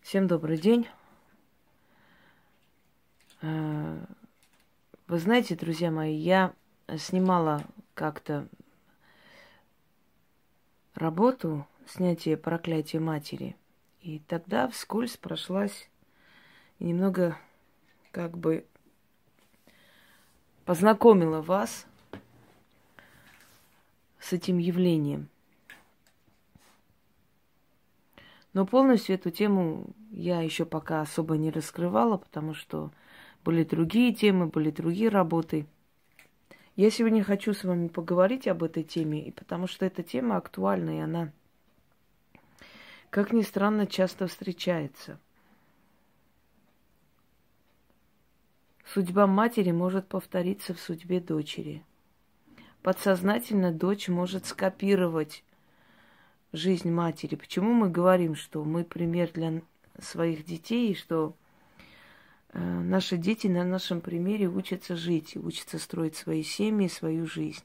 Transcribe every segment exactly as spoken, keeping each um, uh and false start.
Всем добрый день. Э, Вы знаете, друзья мои, я снимала как-то работу снятия проклятия матери. И тогда вскользь прошлась и немного как бы познакомила вас с этим явлением. Но полностью эту тему я еще пока особо не раскрывала, потому что были другие темы, были другие работы. Я сегодня хочу с вами поговорить об этой теме, и потому что эта тема актуальна, и она, как ни странно, часто встречается. Судьба матери может повториться в судьбе дочери. Подсознательно дочь может скопировать жизнь матери. Почему мы говорим, что мы пример для своих детей, и что э, наши дети на нашем примере учатся жить, учатся строить свои семьи, свою жизнь?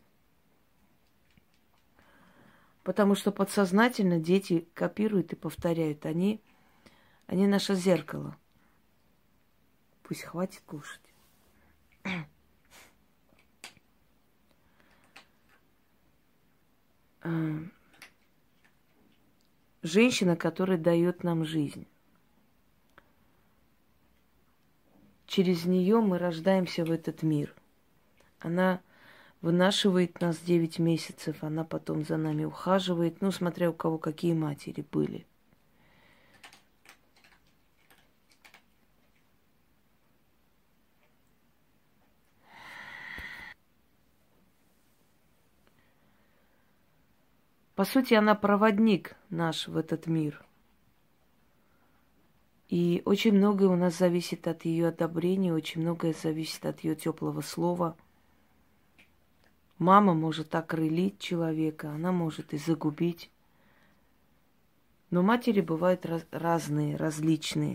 Потому что подсознательно дети копируют и повторяют. Они, они наше зеркало. Пусть хватит кушать. Женщина, которая дает нам жизнь. Через нее мы рождаемся в этот мир. Она вынашивает нас девять месяцев, она потом за нами ухаживает, ну, смотря у кого какие матери были. По сути, она проводник наш в этот мир. И очень многое у нас зависит от ее одобрения, очень многое зависит от ее теплого слова. Мама может окрылить человека, она может и загубить. Но матери бывают раз- разные, различные.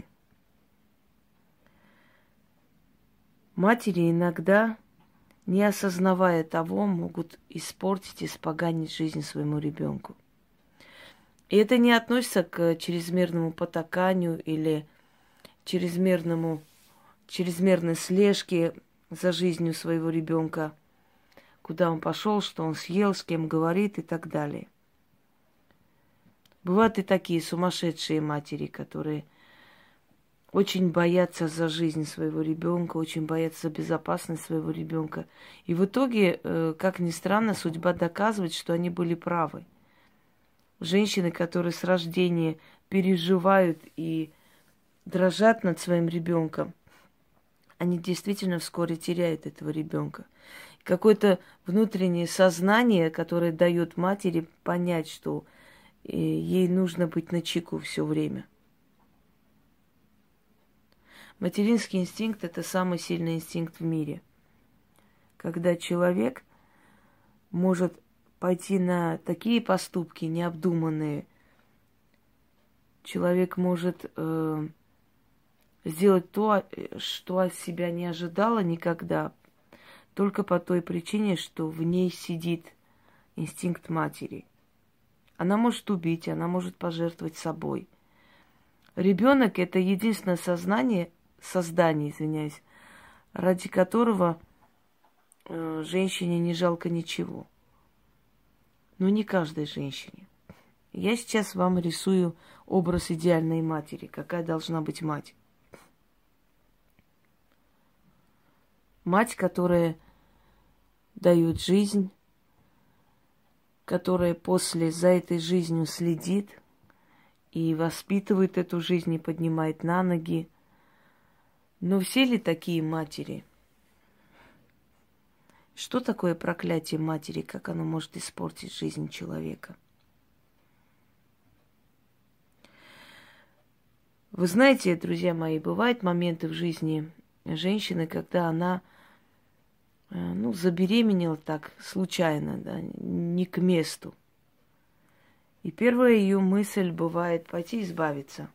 Матери иногда, не осознавая того, могут испортить, испоганить жизнь своему ребенку. И это не относится к чрезмерному потаканию или чрезмерному, чрезмерной слежке за жизнью своего ребенка, куда он пошел, что он съел, с кем говорит и так далее. Бывают и такие сумасшедшие матери, которые очень боятся за жизнь своего ребенка, очень боятся за безопасность своего ребенка. И в итоге, как ни странно, судьба доказывает, что они были правы. Женщины, которые с рождения переживают и дрожат над своим ребенком, они действительно вскоре теряют этого ребенка. Какое-то внутреннее сознание, которое дает матери понять, что ей нужно быть начеку все время. Материнский инстинкт – это самый сильный инстинкт в мире. Когда человек может пойти на такие поступки необдуманные, человек может э, сделать то, что от себя не ожидала никогда, только по той причине, что в ней сидит инстинкт матери. Она может убить, она может пожертвовать собой. Ребенок – это единственное сознание, создание, извиняюсь, ради которого э, женщине не жалко ничего. Но не каждой женщине. Я сейчас вам рисую образ идеальной матери. Какая должна быть мать? Мать, которая дает жизнь, которая после за этой жизнью следит и воспитывает эту жизнь и поднимает на ноги. Но все ли такие матери? Что такое проклятие матери? Как оно может испортить жизнь человека? Вы знаете, друзья мои, бывают моменты в жизни женщины, когда она ну, забеременела так случайно, да, не к месту. И первая ее мысль бывает пойти избавиться.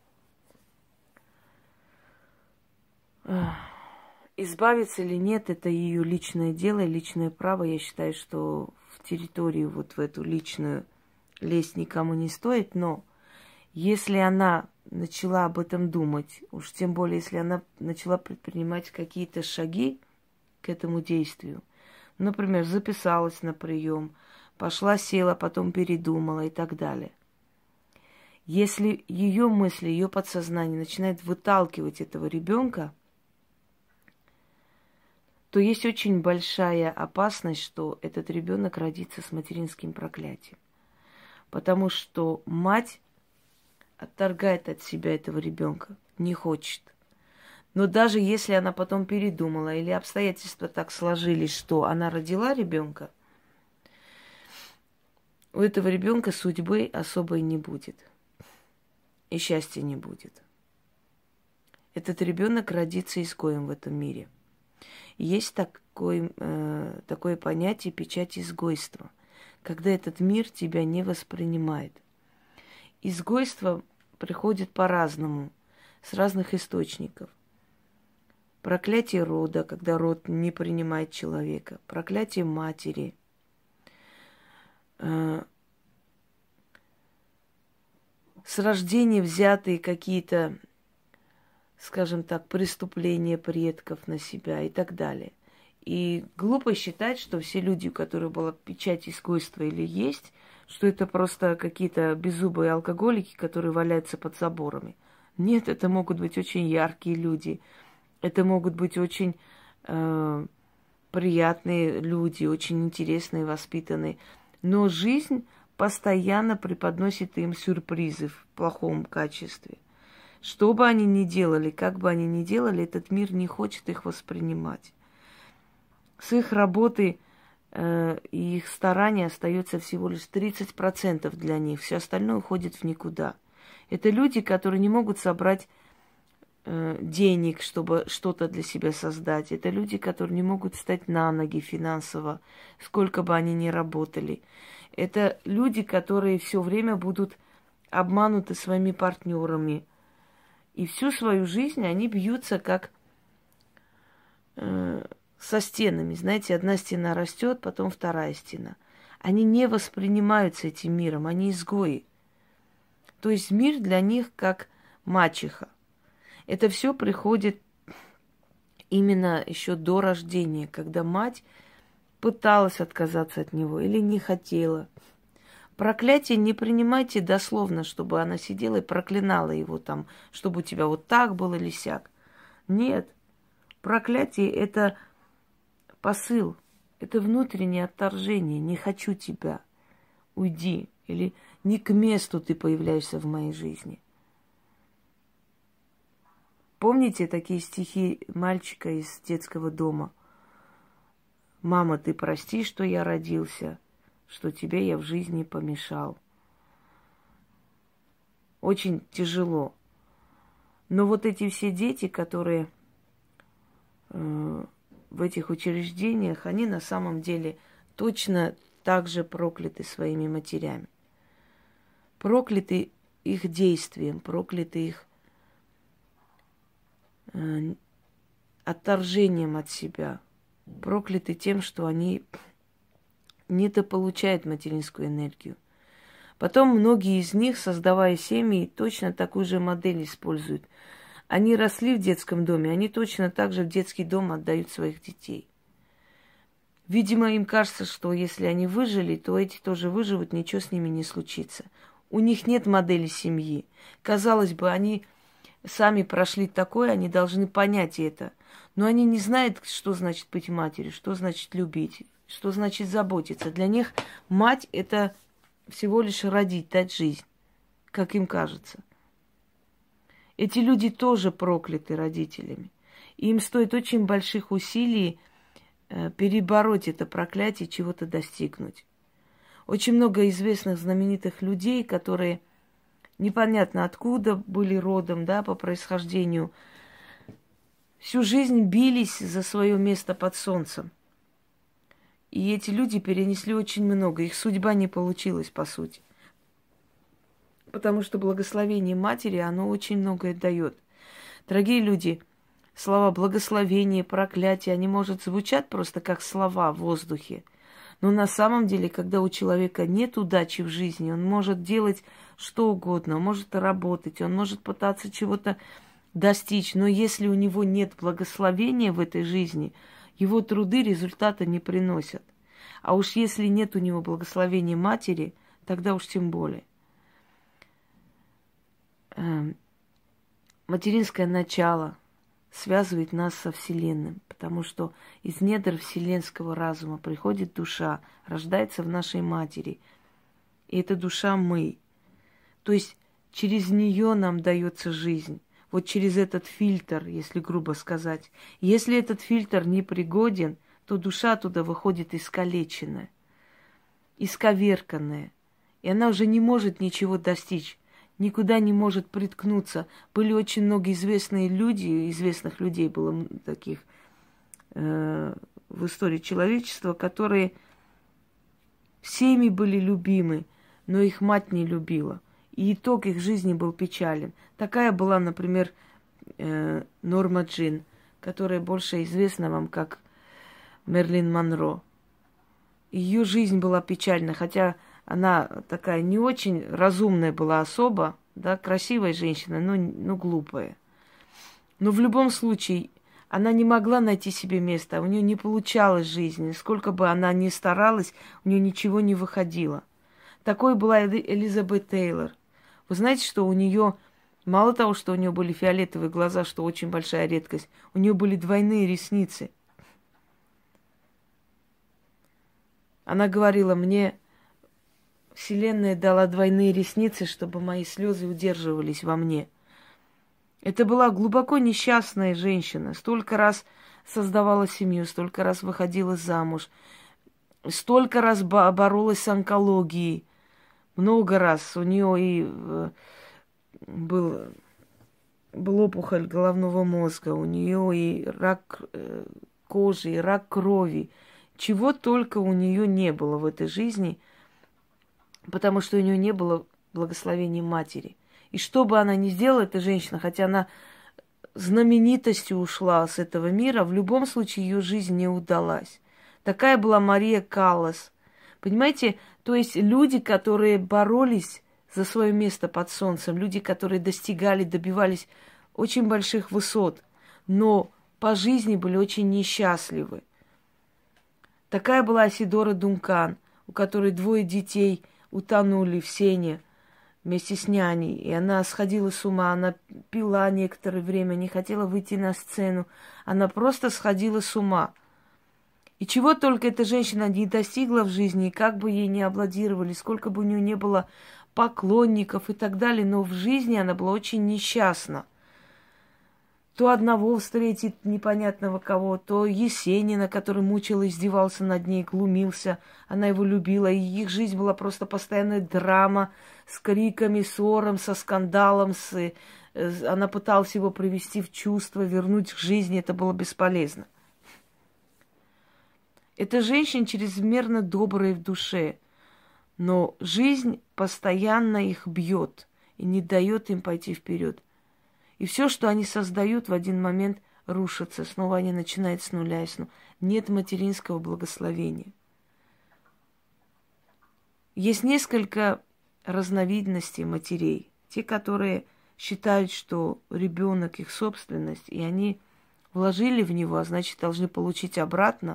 Избавиться или нет, это ее личное дело, личное право. Я считаю, что в территорию вот в эту личную лезть никому не стоит. Но если она начала об этом думать, уж тем более, если она начала предпринимать какие-то шаги к этому действию, например, записалась на прием, пошла, села, потом передумала и так далее. Если ее мысли, ее подсознание начинает выталкивать этого ребенка, то есть очень большая опасность, что этот ребенок родится с материнским проклятием. Потому что мать отторгает от себя этого ребенка, не хочет. Но даже если она потом передумала или обстоятельства так сложились, что она родила ребенка, у этого ребенка судьбы особой не будет. И счастья не будет. Этот ребенок родится изгоем в этом мире. Есть такой, э, такое понятие печать изгойства, когда этот мир тебя не воспринимает. Изгойство приходит по-разному, с разных источников. Проклятие рода, когда род не принимает человека. Проклятие матери. Э, с рождения взятые какие-то, скажем так, преступления предков на себя и так далее. И глупо считать, что все люди, у которых была печать изгойства или есть, что это просто какие-то беззубые алкоголики, которые валяются под заборами. Нет, это могут быть очень яркие люди. Это могут быть очень э, приятные люди, очень интересные, воспитанные. Но жизнь постоянно преподносит им сюрпризы в плохом качестве. Что бы они ни делали, как бы они ни делали, этот мир не хочет их воспринимать. С их работы э, и их старания остается всего лишь тридцать процентов для них. Все остальное уходит в никуда. Это люди, которые не могут собрать э, денег, чтобы что-то для себя создать. Это люди, которые не могут встать на ноги финансово, сколько бы они ни работали. Это люди, которые все время будут обмануты своими партнерами. И всю свою жизнь они бьются как э, со стенами. Знаете, одна стена растет, потом вторая стена. Они не воспринимаются этим миром, они изгои. То есть мир для них как мачеха. Это все приходит именно еще до рождения, когда мать пыталась отказаться от него или не хотела. Проклятие не принимайте дословно, чтобы она сидела и проклинала его там, чтобы у тебя вот так было или сяк. Нет. Проклятие – это посыл, это внутреннее отторжение. Не хочу тебя, уйди. Или не к месту ты появляешься в моей жизни. Помните такие стихи мальчика из детского дома? «Мама, ты прости, что я родился, что тебе я в жизни помешал». Очень тяжело. Но вот эти все дети, которые э, в этих учреждениях, они на самом деле точно так же прокляты своими матерями. Прокляты их действием, прокляты их э, отторжением от себя, прокляты тем, что они недополучают материнскую энергию. Потом многие из них, создавая семьи, точно такую же модель используют. Они росли в детском доме, они точно так же в детский дом отдают своих детей. Видимо, им кажется, что если они выжили, то эти тоже выживут, ничего с ними не случится. У них нет модели семьи. Казалось бы, они сами прошли такое, они должны понять это. Но они не знают, что значит быть матерью, что значит любить, что значит заботиться. Для них мать – это всего лишь родить, дать жизнь, как им кажется. Эти люди тоже прокляты родителями. И им стоит очень больших усилий э, перебороть это проклятие, чего-то достигнуть. Очень много известных знаменитых людей, которые непонятно откуда были родом, да, по происхождению, всю жизнь бились за свое место под солнцем. И эти люди перенесли очень много. Их судьба не получилась, по сути. Потому что благословение матери, оно очень многое дает. Дорогие люди, слова благословение, проклятие, они, может, звучат просто как слова в воздухе. Но на самом деле, когда у человека нет удачи в жизни, он может делать что угодно, он может работать, он может пытаться чего-то достичь. Но если у него нет благословения в этой жизни, его труды результата не приносят. А уж если нет у него благословения матери, тогда уж тем более. Материнское начало связывает нас со Вселенным, потому что из недр вселенского разума приходит душа, рождается в нашей матери. И эта душа мы. То есть через нее нам дается жизнь. Вот через этот фильтр, если грубо сказать. Если этот фильтр непригоден, то душа туда выходит искалеченная, исковерканная. И она уже не может ничего достичь, никуда не может приткнуться. Были очень много известные люди, известных людей было таких э, в истории человечества, которые всеми были любимы, но их мать не любила. И итог их жизни был печален. Такая была, например, э, Норма Джин, которая больше известна вам как Мерлин Монро. Ее жизнь была печальна, хотя она такая не очень разумная была особа, да, красивая женщина, но, но глупая. Но в любом случае она не могла найти себе места, у нее не получалось жизни. Сколько бы она ни старалась, у нее ничего не выходило. Такой была Элизабет Тейлор. Вы знаете, что у нее, мало того, что у нее были фиолетовые глаза, что очень большая редкость, у нее были двойные ресницы. Она говорила мне, Вселенная дала двойные ресницы, чтобы мои слезы удерживались во мне. Это была глубоко несчастная женщина. Столько раз создавала семью, столько раз выходила замуж, столько раз боролась с онкологией. Много раз. У нее и был, был опухоль головного мозга, у нее и рак кожи, и рак крови. Чего только у нее не было в этой жизни, потому что у нее не было благословения матери. И что бы она ни сделала, эта женщина, хотя она знаменитостью ушла с этого мира, в любом случае ее жизнь не удалась. Такая была Мария Каллас. Понимаете, то есть люди, которые боролись за свое место под солнцем, люди, которые достигали, добивались очень больших высот, но по жизни были очень несчастливы. Такая была Асидора Дункан, у которой двое детей утонули в сене вместе с няней, и она сходила с ума, она пила некоторое время, не хотела выйти на сцену, она просто сходила с ума. И чего только эта женщина не достигла в жизни, и как бы ей не аплодировали, сколько бы у нее не было поклонников и так далее, но в жизни она была очень несчастна. То одного встретит непонятного кого, то Есенина, который мучил, издевался над ней, глумился. Она его любила, и их жизнь была просто постоянная драма с криками, ссором, со скандалом. С... Она пыталась его привести в чувство, вернуть к жизни. Это было бесполезно. Эта женщина чрезмерно добрая в душе, но жизнь постоянно их бьет и не дает им пойти вперед. И все, что они создают, в один момент рушится. Снова они начинают с нуля и снова. Нет материнского благословения. Есть несколько разновидностей матерей. Те, которые считают, что ребенок их собственность, и они вложили в него, а значит, должны получить обратно.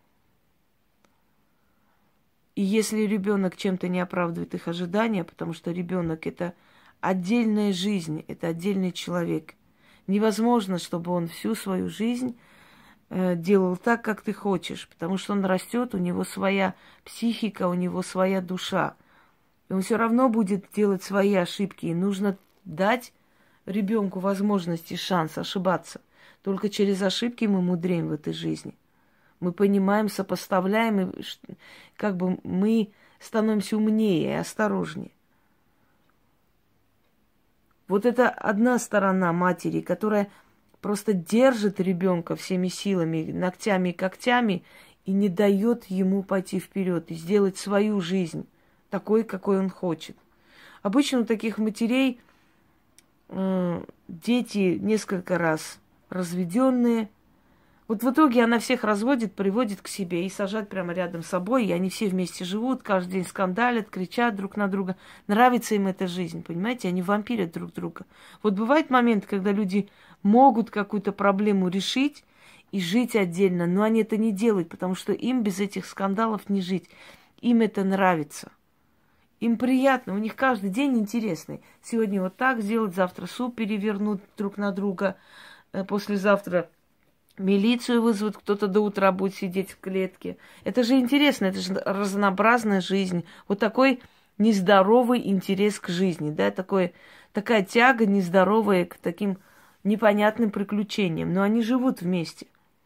И если ребенок чем-то не оправдывает их ожидания, потому что ребенок это отдельная жизнь, это отдельный человек. Невозможно, чтобы он всю свою жизнь э, делал так, как ты хочешь, потому что он растет, у него своя психика, у него своя душа. И он все равно будет делать свои ошибки. И нужно дать ребенку возможность и шанс ошибаться. Только через ошибки мы мудреем в этой жизни. Мы понимаем, сопоставляем, и как бы мы становимся умнее и осторожнее. Вот это одна сторона матери, которая просто держит ребенка всеми силами, ногтями и когтями, и не дает ему пойти вперед и сделать свою жизнь такой, какой он хочет. Обычно у таких матерей э, дети несколько раз разведенные, Вот в итоге она всех разводит, приводит к себе и сажает прямо рядом с собой, и они все вместе живут, каждый день скандалят, кричат друг на друга. Нравится им эта жизнь, понимаете? Они вампирят друг друга. Вот бывает момент, когда люди могут какую-то проблему решить и жить отдельно, но они это не делают, потому что им без этих скандалов не жить. Им это нравится. Им приятно, у них каждый день интересный. Сегодня вот так сделать, завтра суп перевернут друг на друга, послезавтра милицию вызовут, кто-то до утра будет сидеть в клетке. Это же интересно, это же разнообразная жизнь. Вот такой нездоровый интерес к жизни, да, такой, такая тяга нездоровая к таким непонятным приключениям. Но они живут вместе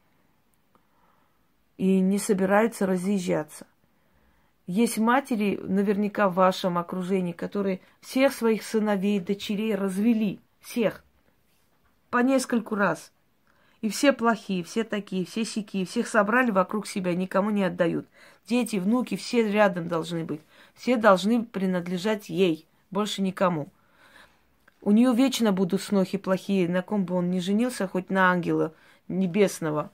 и не собираются разъезжаться. Есть матери, наверняка в вашем окружении, которые всех своих сыновей, дочерей развели. Всех. По нескольку раз. И все плохие, все такие, все сякие. Всех собрали вокруг себя, никому не отдают. Дети, внуки, все рядом должны быть. Все должны принадлежать ей, больше никому. У нее вечно будут снохи плохие, на ком бы он ни женился, хоть на ангела небесного.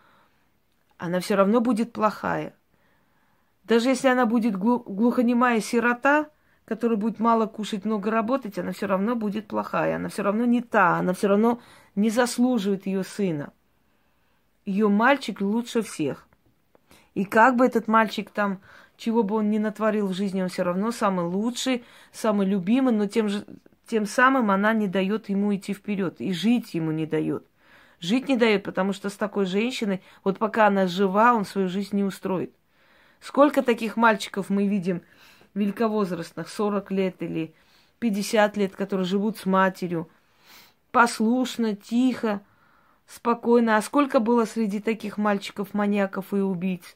Она все равно будет плохая. Даже если она будет глухонемая сирота, которая будет мало кушать, много работать, она все равно будет плохая. Она все равно не та, она все равно не заслуживает ее сына. Ее мальчик лучше всех. И как бы этот мальчик там, чего бы он ни натворил в жизни, он все равно самый лучший, самый любимый, но тем же, тем самым она не дает ему идти вперед. И жить ему не дает. Жить не дает, потому что с такой женщиной, вот пока она жива, он свою жизнь не устроит. Сколько таких мальчиков мы видим, великовозрастных, сорок лет или пятьдесят лет, которые живут с матерью, послушно, тихо, спокойно. А сколько было среди таких мальчиков, маньяков и убийц?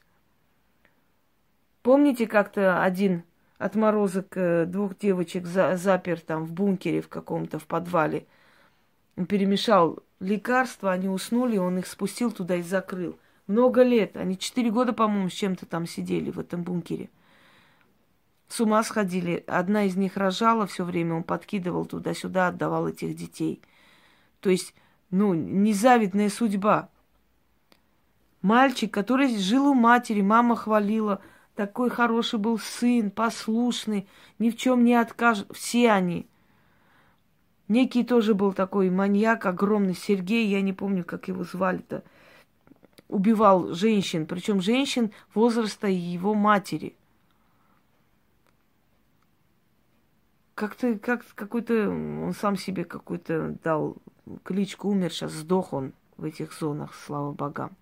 Помните, как-то один отморозок двух девочек за, запер там в бункере в каком-то, в подвале. Он перемешал лекарства, они уснули, он их спустил туда и закрыл. Много лет. Они четыре года, по-моему, с чем-то там сидели в этом бункере. С ума сходили. Одна из них рожала все время, он подкидывал туда-сюда, отдавал этих детей. То есть, ну, незавидная судьба. Мальчик, который жил у матери, мама хвалила, такой хороший был сын, послушный, ни в чем не откажет. Все они. Некий тоже был такой маньяк, огромный, Сергей, я не помню, как его звали-то. Убивал женщин, причем женщин возраста его матери. Как-то, как какой-то, он сам себе какой-то дал кличку, умер, сейчас сдох он в этих зонах, слава богам.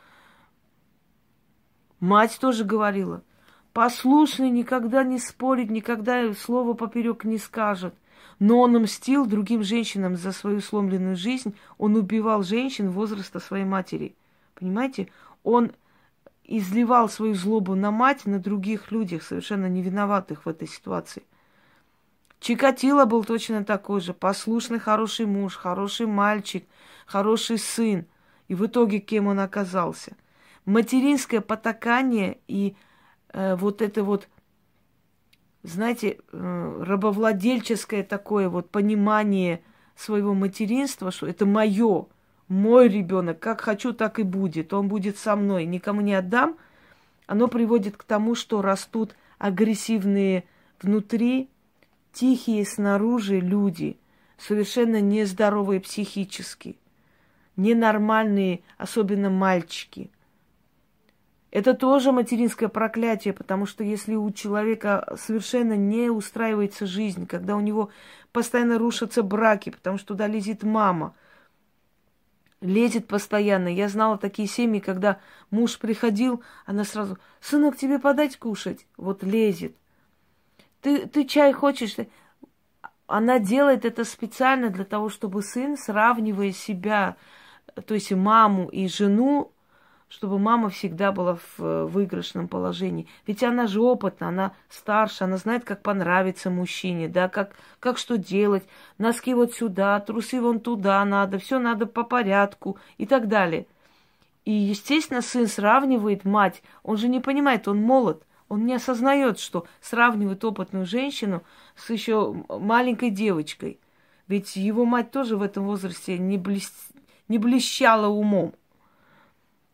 Мать тоже говорила, послушный, никогда не спорит, никогда слова поперек не скажет. Но он мстил другим женщинам за свою сломленную жизнь, он убивал женщин возраста своей матери. Понимаете, он изливал свою злобу на мать, на других людях, совершенно не виноватых в этой ситуации. Чикатило был точно такой же. Послушный, хороший муж, хороший мальчик, хороший сын. И в итоге кем он оказался? Материнское потакание и э, вот это вот, знаете, э, рабовладельческое такое вот понимание своего материнства, что это мое. Мой ребенок, как хочу, так и будет. Он будет со мной, никому не отдам. Оно приводит к тому, что растут агрессивные внутри, тихие снаружи люди, совершенно нездоровые психически, ненормальные, особенно мальчики. Это тоже материнское проклятие, потому что если у человека совершенно не устраивается жизнь, когда у него постоянно рушатся браки, потому что туда лезет мама, лезет постоянно. Я знала такие семьи, когда муж приходил, она сразу, сынок, тебе подать кушать? Вот лезет. Ты, ты чай хочешь? Она делает это специально для того, чтобы сын, сравнивая себя, то есть маму и жену, чтобы мама всегда была в выигрышном положении. Ведь она же опытна, она старше, она знает, как понравится мужчине, да, как, как что делать. Носки вот сюда, трусы вон туда надо, все надо по порядку и так далее. И, естественно, сын сравнивает мать. Он же не понимает, он молод. Он не осознает, что сравнивает опытную женщину с еще маленькой девочкой. Ведь его мать тоже в этом возрасте не, блес... не блещала умом.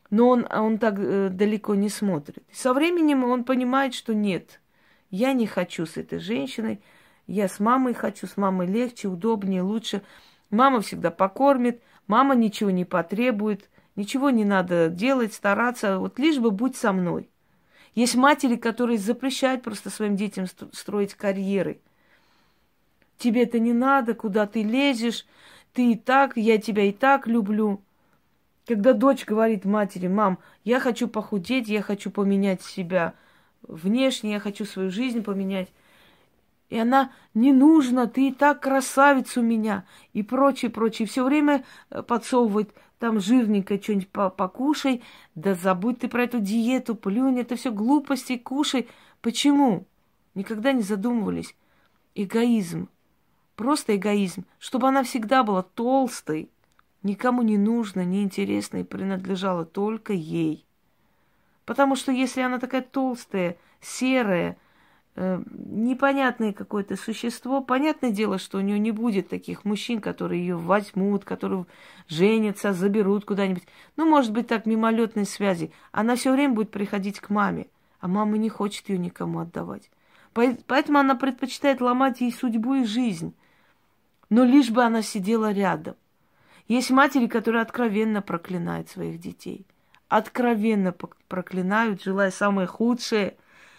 Но он, он так э, далеко не смотрит. Со временем он понимает, что нет, я не хочу с этой женщиной, я с мамой хочу, с мамой легче, удобнее, лучше. Мама всегда покормит, мама ничего не потребует, ничего не надо делать, стараться, вот лишь бы будь со мной. Есть матери, которые запрещают просто своим детям строить карьеры. Тебе это не надо, куда ты лезешь, ты и так, я тебя и так люблю. Когда дочь говорит матери: мам, я хочу похудеть, я хочу поменять себя внешне, я хочу свою жизнь поменять. И она: не нужно, ты и так красавица у меня, и прочее, прочее. Все время подсовывает: там жирненькое что-нибудь покушай, да забудь ты про эту диету, плюнь, это все глупости, кушай. Почему? Никогда не задумывались. Эгоизм. Просто эгоизм. Чтобы она всегда была толстой, никому не нужно, неинтересно и принадлежала только ей. Потому что если она такая толстая, серая, э, непонятное какое-то существо, понятное дело, что у нее не будет таких мужчин, которые ее возьмут, которые женятся, заберут куда-нибудь. Ну, может быть, так, мимолетной связи. Она все время будет приходить к маме, а мама не хочет ее никому отдавать. Поэтому она предпочитает ломать ей судьбу и жизнь. Но лишь бы она сидела рядом. Есть матери, которые откровенно проклинают своих детей. Откровенно проклинают, желая самое худшее.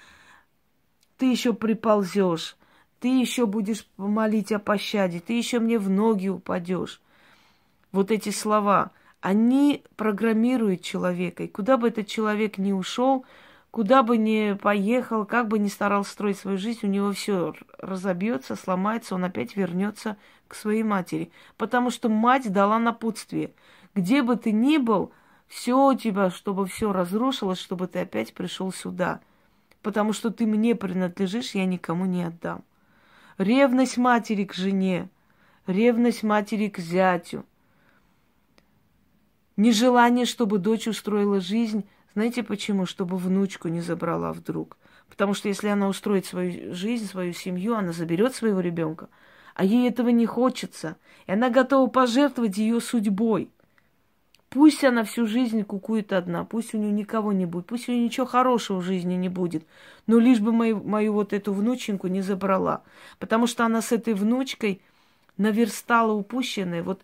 Ты еще приползешь, ты еще будешь молить о пощаде, ты еще мне в ноги упадешь. Вот эти слова, они программируют человека. И куда бы этот человек ни ушел, куда бы ни поехал, как бы ни старался строить свою жизнь, у него все разобьется, сломается, он опять вернется к своей матери. Потому что мать дала напутствие. Где бы ты ни был, все у тебя, чтобы все разрушилось, чтобы ты опять пришел сюда. Потому что ты мне принадлежишь, я никому не отдам. Ревность матери к жене, ревность матери к зятю, нежелание, чтобы дочь устроила жизнь. Знаете почему? Чтобы внучку не забрала вдруг. Потому что если она устроит свою жизнь, свою семью, она заберет своего ребенка, а ей этого не хочется. И она готова пожертвовать ее судьбой. Пусть она всю жизнь кукует одна, пусть у нее никого не будет, пусть у нее ничего хорошего в жизни не будет, но лишь бы мою, мою вот эту внученьку не забрала. Потому что она с этой внучкой наверстала упущенное. Вот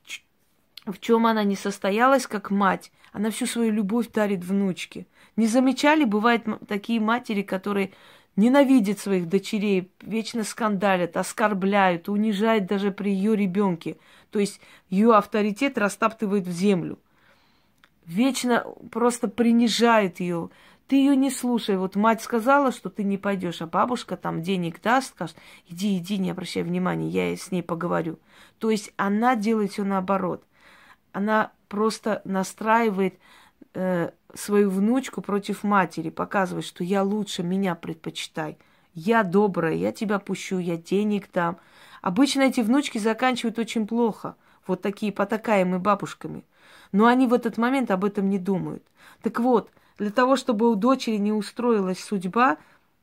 в чем она не состоялась как мать, она всю свою любовь дарит внучке. Не замечали, бывают такие матери, которые ненавидят своих дочерей, вечно скандалят, оскорбляют, унижают даже при ее ребенке. То есть ее авторитет растаптывают в землю. Вечно просто принижают ее. Ты ее не слушай. Вот мать сказала, что ты не пойдешь, а бабушка там денег даст, скажет: иди, иди, не обращай внимания, я с ней поговорю. То есть она делает все наоборот. Она просто настраивает э, свою внучку против матери, показывает, что я лучше, меня предпочитай. Я добрая, я тебя пущу, я денег дам. Обычно эти внучки заканчивают очень плохо. Вот такие потакаемые бабушками. Но они в этот момент об этом не думают. Так вот, для того, чтобы у дочери не устроилась судьба,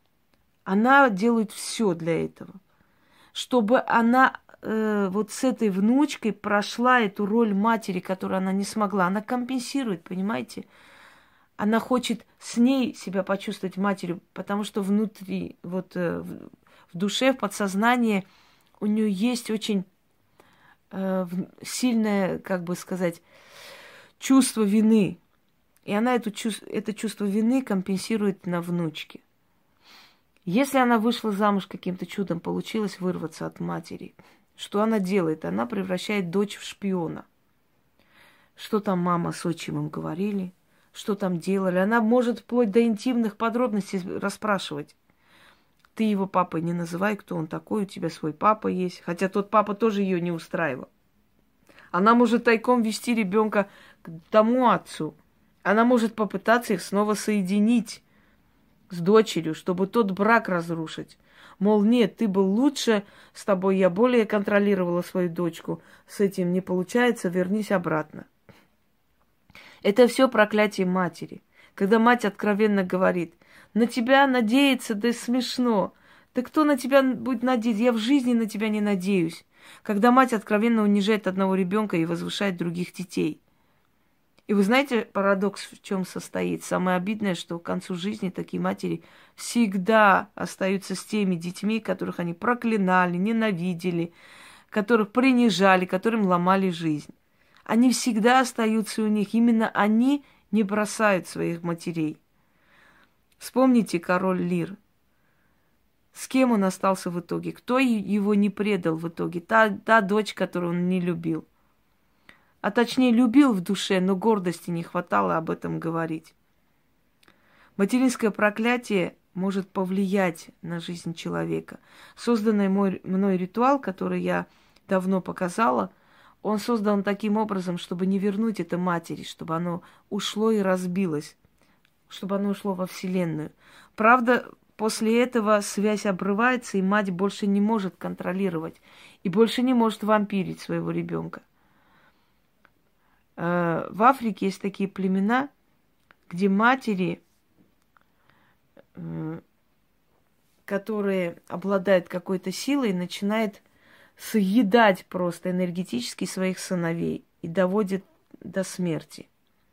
она делает все для этого. Чтобы она э, вот с этой внучкой прошла эту роль матери, которую она не смогла. Она компенсирует, понимаете? Она хочет с ней себя почувствовать матерью, потому что внутри, вот э, в, в душе, в подсознании у нее есть очень э, сильное, как бы сказать, чувство вины. И она эту, это чувство вины компенсирует на внучке. Если она вышла замуж, каким-то чудом получилось вырваться от матери, что она делает? Она превращает дочь в шпиона. Что там мама с отчимом говорили, что там делали. Она может вплоть до интимных подробностей расспрашивать. Ты его папой не называй, кто он такой, у тебя свой папа есть. Хотя тот папа тоже ее не устраивал. Она может тайком вести ребенка к тому отцу. Она может попытаться их снова соединить с дочерью, чтобы тот брак разрушить. Мол, нет, ты был лучше, с тобой я более контролировала свою дочку, с этим не получается, вернись обратно. Это все проклятие матери. Когда мать откровенно говорит: на тебя надеяться, да смешно. Да кто на тебя будет надеяться? Я в жизни на тебя не надеюсь. Когда мать откровенно унижает одного ребенка и возвышает других детей. И вы знаете, парадокс в чем состоит? Самое обидное, что к концу жизни такие матери всегда остаются с теми детьми, которых они проклинали, ненавидели, которых принижали, которым ломали жизнь. Они всегда остаются у них. Именно они не бросают своих матерей. Вспомните король Лир. С кем он остался в итоге? Кто его не предал в итоге? Та, та дочь, которую он не любил. А точнее, любил в душе, но гордости не хватало об этом говорить. Материнское проклятие может повлиять на жизнь человека. Созданный мой, мной ритуал, который я давно показала, он создан таким образом, чтобы не вернуть это матери, чтобы оно ушло и разбилось, чтобы оно ушло во Вселенную. Правда, после этого связь обрывается, и мать больше не может контролировать, и больше не может вампирить своего ребенка. В Африке есть такие племена, где матери, которые обладают какой-то силой, начинают съедать просто энергетически своих сыновей и доводят до смерти.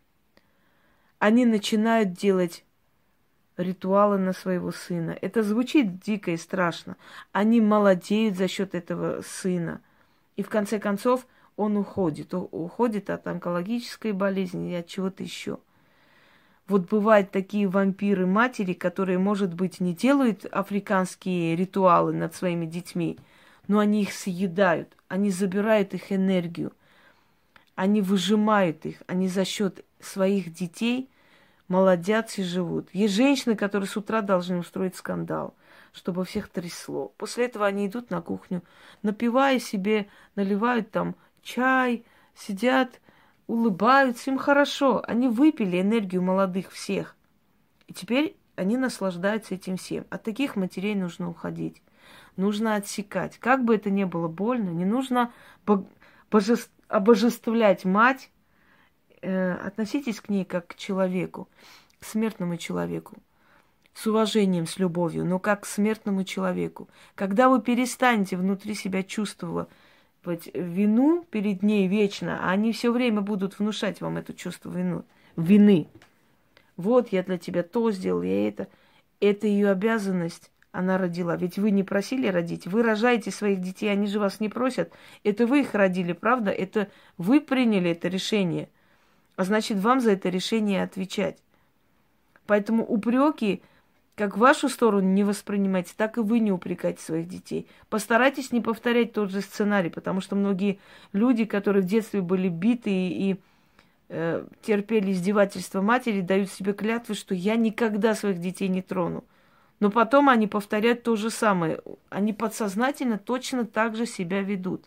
Они начинают делать ритуалы на своего сына. Это звучит дико и страшно. Они молодеют за счет этого сына. И в конце концов он уходит. Уходит от онкологической болезни и от чего-то еще. Вот бывают такие вампиры-матери, которые, может быть, не делают африканские ритуалы над своими детьми, но они их съедают, они забирают их энергию, они выжимают их, они за счет своих детей молодятся и живут. Есть женщины, которые с утра должны устроить скандал, чтобы всех трясло. После этого они идут на кухню, напивая себе, наливают там чай, сидят, улыбаются, им хорошо. Они выпили энергию молодых всех. И теперь они наслаждаются этим всем. От таких матерей нужно уходить. Нужно отсекать. Как бы это ни было больно, не нужно боже... обожествлять мать. Э, относитесь к ней как к человеку, к смертному человеку. С уважением, с любовью, но как к смертному человеку. Когда вы перестанете внутри себя чувствовать вину перед ней вечно, а они все время будут внушать вам это чувство вину, вины. Вот я для тебя то сделал, я это. Это ее обязанность, она родила. Ведь вы не просили родить, вы рожаете своих детей, они же вас не просят. Это вы их родили, правда? Это вы приняли это решение. А значит, вам за это решение отвечать. Поэтому упреки как в вашу сторону не воспринимайте, так и вы не упрекайте своих детей. Постарайтесь не повторять тот же сценарий, потому что многие люди, которые в детстве были биты и, и э, терпели издевательства матери, дают себе клятвы, что я никогда своих детей не трону. Но потом они повторяют то же самое. Они подсознательно точно так же себя ведут.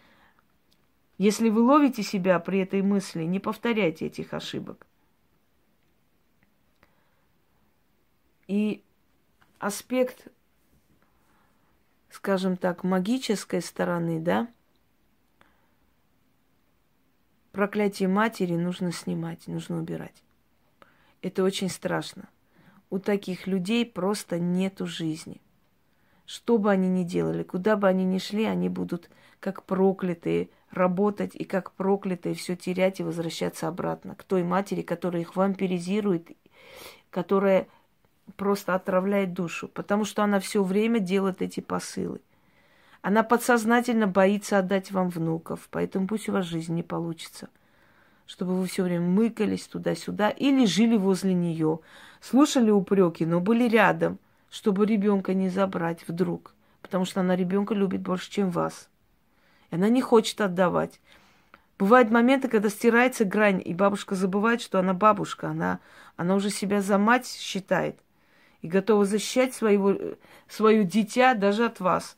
Если вы ловите себя при этой мысли, не повторяйте этих ошибок. И аспект, скажем так, магической стороны, да, проклятие матери нужно снимать, нужно убирать. Это очень страшно. У таких людей просто нету жизни. Что бы они ни делали, куда бы они ни шли, они будут как проклятые работать и как проклятые все терять и возвращаться обратно к той матери, которая их вампиризирует, которая просто отравляет душу, потому что она все время делает эти посылы. Она подсознательно боится отдать вам внуков, поэтому пусть у вас жизнь не получится, чтобы вы все время мыкались туда-сюда или жили возле нее, слушали упреки, но были рядом, чтобы ребенка не забрать вдруг, потому что она ребенка любит больше, чем вас. И она не хочет отдавать. Бывают моменты, когда стирается грань, и бабушка забывает, что она бабушка, она, она уже себя за мать считает и готова защищать своего, свое дитя даже от вас.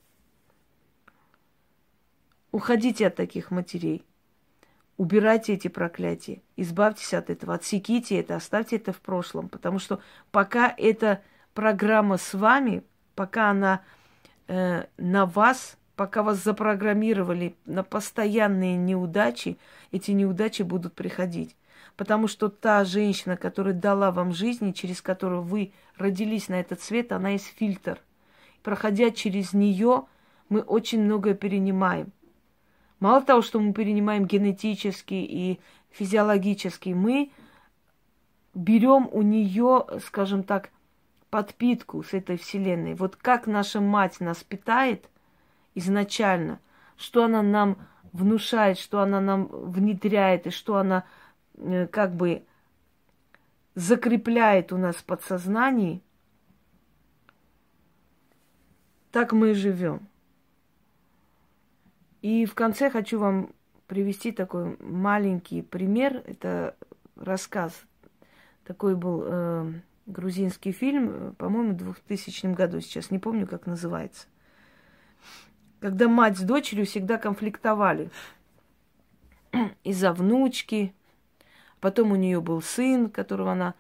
Уходите от таких матерей. Убирайте эти проклятия. Избавьтесь от этого. Отсеките это. Оставьте это в прошлом. Потому что пока эта программа с вами, пока она э, на вас, пока вас запрограммировали на постоянные неудачи, эти неудачи будут приходить. Потому что та женщина, которая дала вам жизнь, и через которую вы родились на этот свет, она есть фильтр. Проходя через нее, мы очень многое перенимаем. Мало того, что мы перенимаем генетически и физиологически мы берем у нее, скажем так, подпитку с этой вселенной. Вот как наша мать нас питает изначально, что она нам внушает, что она нам внедряет, и что она э, как бы закрепляет у нас в подсознании, так мы и живем. И в конце хочу вам привести такой маленький пример. Это рассказ. Такой был э, грузинский фильм, по-моему, в двухтысячном году, сейчас не помню, как называется. Когда мать с дочерью всегда конфликтовали из-за внучки. Потом у нее был сын, которого она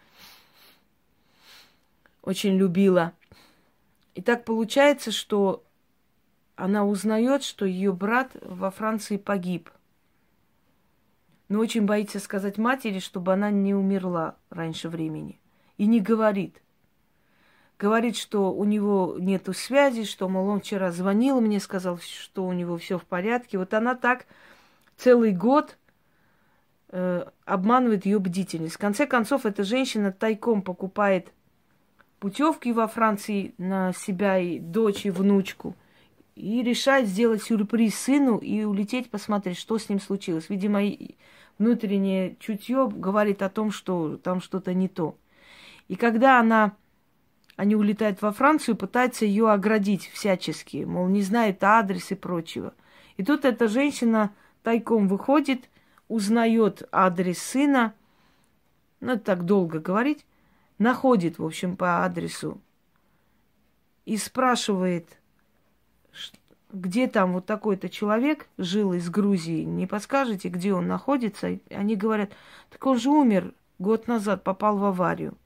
очень любила. И так получается, что она узнает, что ее брат во Франции погиб. Но очень боится сказать матери, чтобы она не умерла раньше времени. И не говорит. Говорит, что у него нету связи, что, мол, он вчера звонил мне, сказал, что у него все в порядке. Вот она так целый год э, обманывает ее бдительность. В конце концов, эта женщина тайком покупает путевки во Франции на себя и дочь, и внучку. И решает сделать сюрприз сыну и улететь посмотреть, что с ним случилось. Видимо, внутреннее чутье говорит о том, что там что-то не то. И когда она, они улетают во Францию, пытается ее оградить всячески, мол, не знает адрес и прочего. И тут эта женщина тайком выходит, узнает адрес сына, ну, это так долго говорить, находит, в общем, по адресу и спрашивает, где там вот такой-то человек жил из Грузии, не подскажете, где он находится? И они говорят, так он же умер год назад, попал в аварию.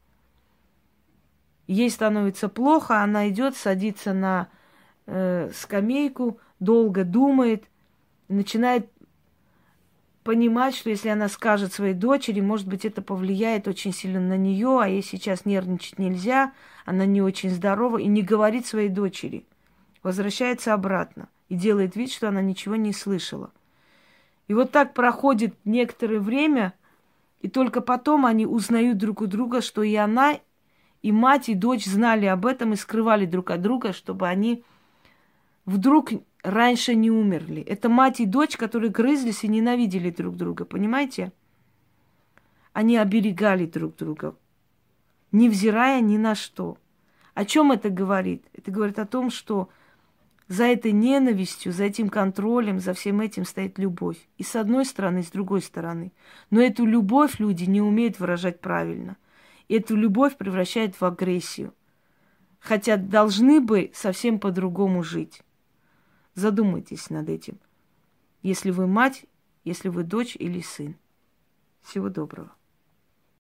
Ей становится плохо, она идет, садится на э, скамейку, долго думает, начинает понимать, что если она скажет своей дочери, может быть, это повлияет очень сильно на нее, а ей сейчас нервничать нельзя, она не очень здорова, и не говорит своей дочери. Возвращается обратно и делает вид, что она ничего не слышала. И вот так проходит некоторое время, и только потом они узнают друг у друга, что и она, и мать, и дочь знали об этом и скрывали друг от друга, чтобы они вдруг раньше не умерли. Это мать и дочь, которые грызлись и ненавидели друг друга, понимаете? Они оберегали друг друга, невзирая ни на что. О чем это говорит? Это говорит о том, что за этой ненавистью, за этим контролем, за всем этим стоит любовь. И с одной стороны, и с другой стороны. Но эту любовь люди не умеют выражать правильно. И эту любовь превращают в агрессию. Хотя должны бы совсем по-другому жить. Задумайтесь над этим. Если вы мать, если вы дочь или сын. Всего доброго.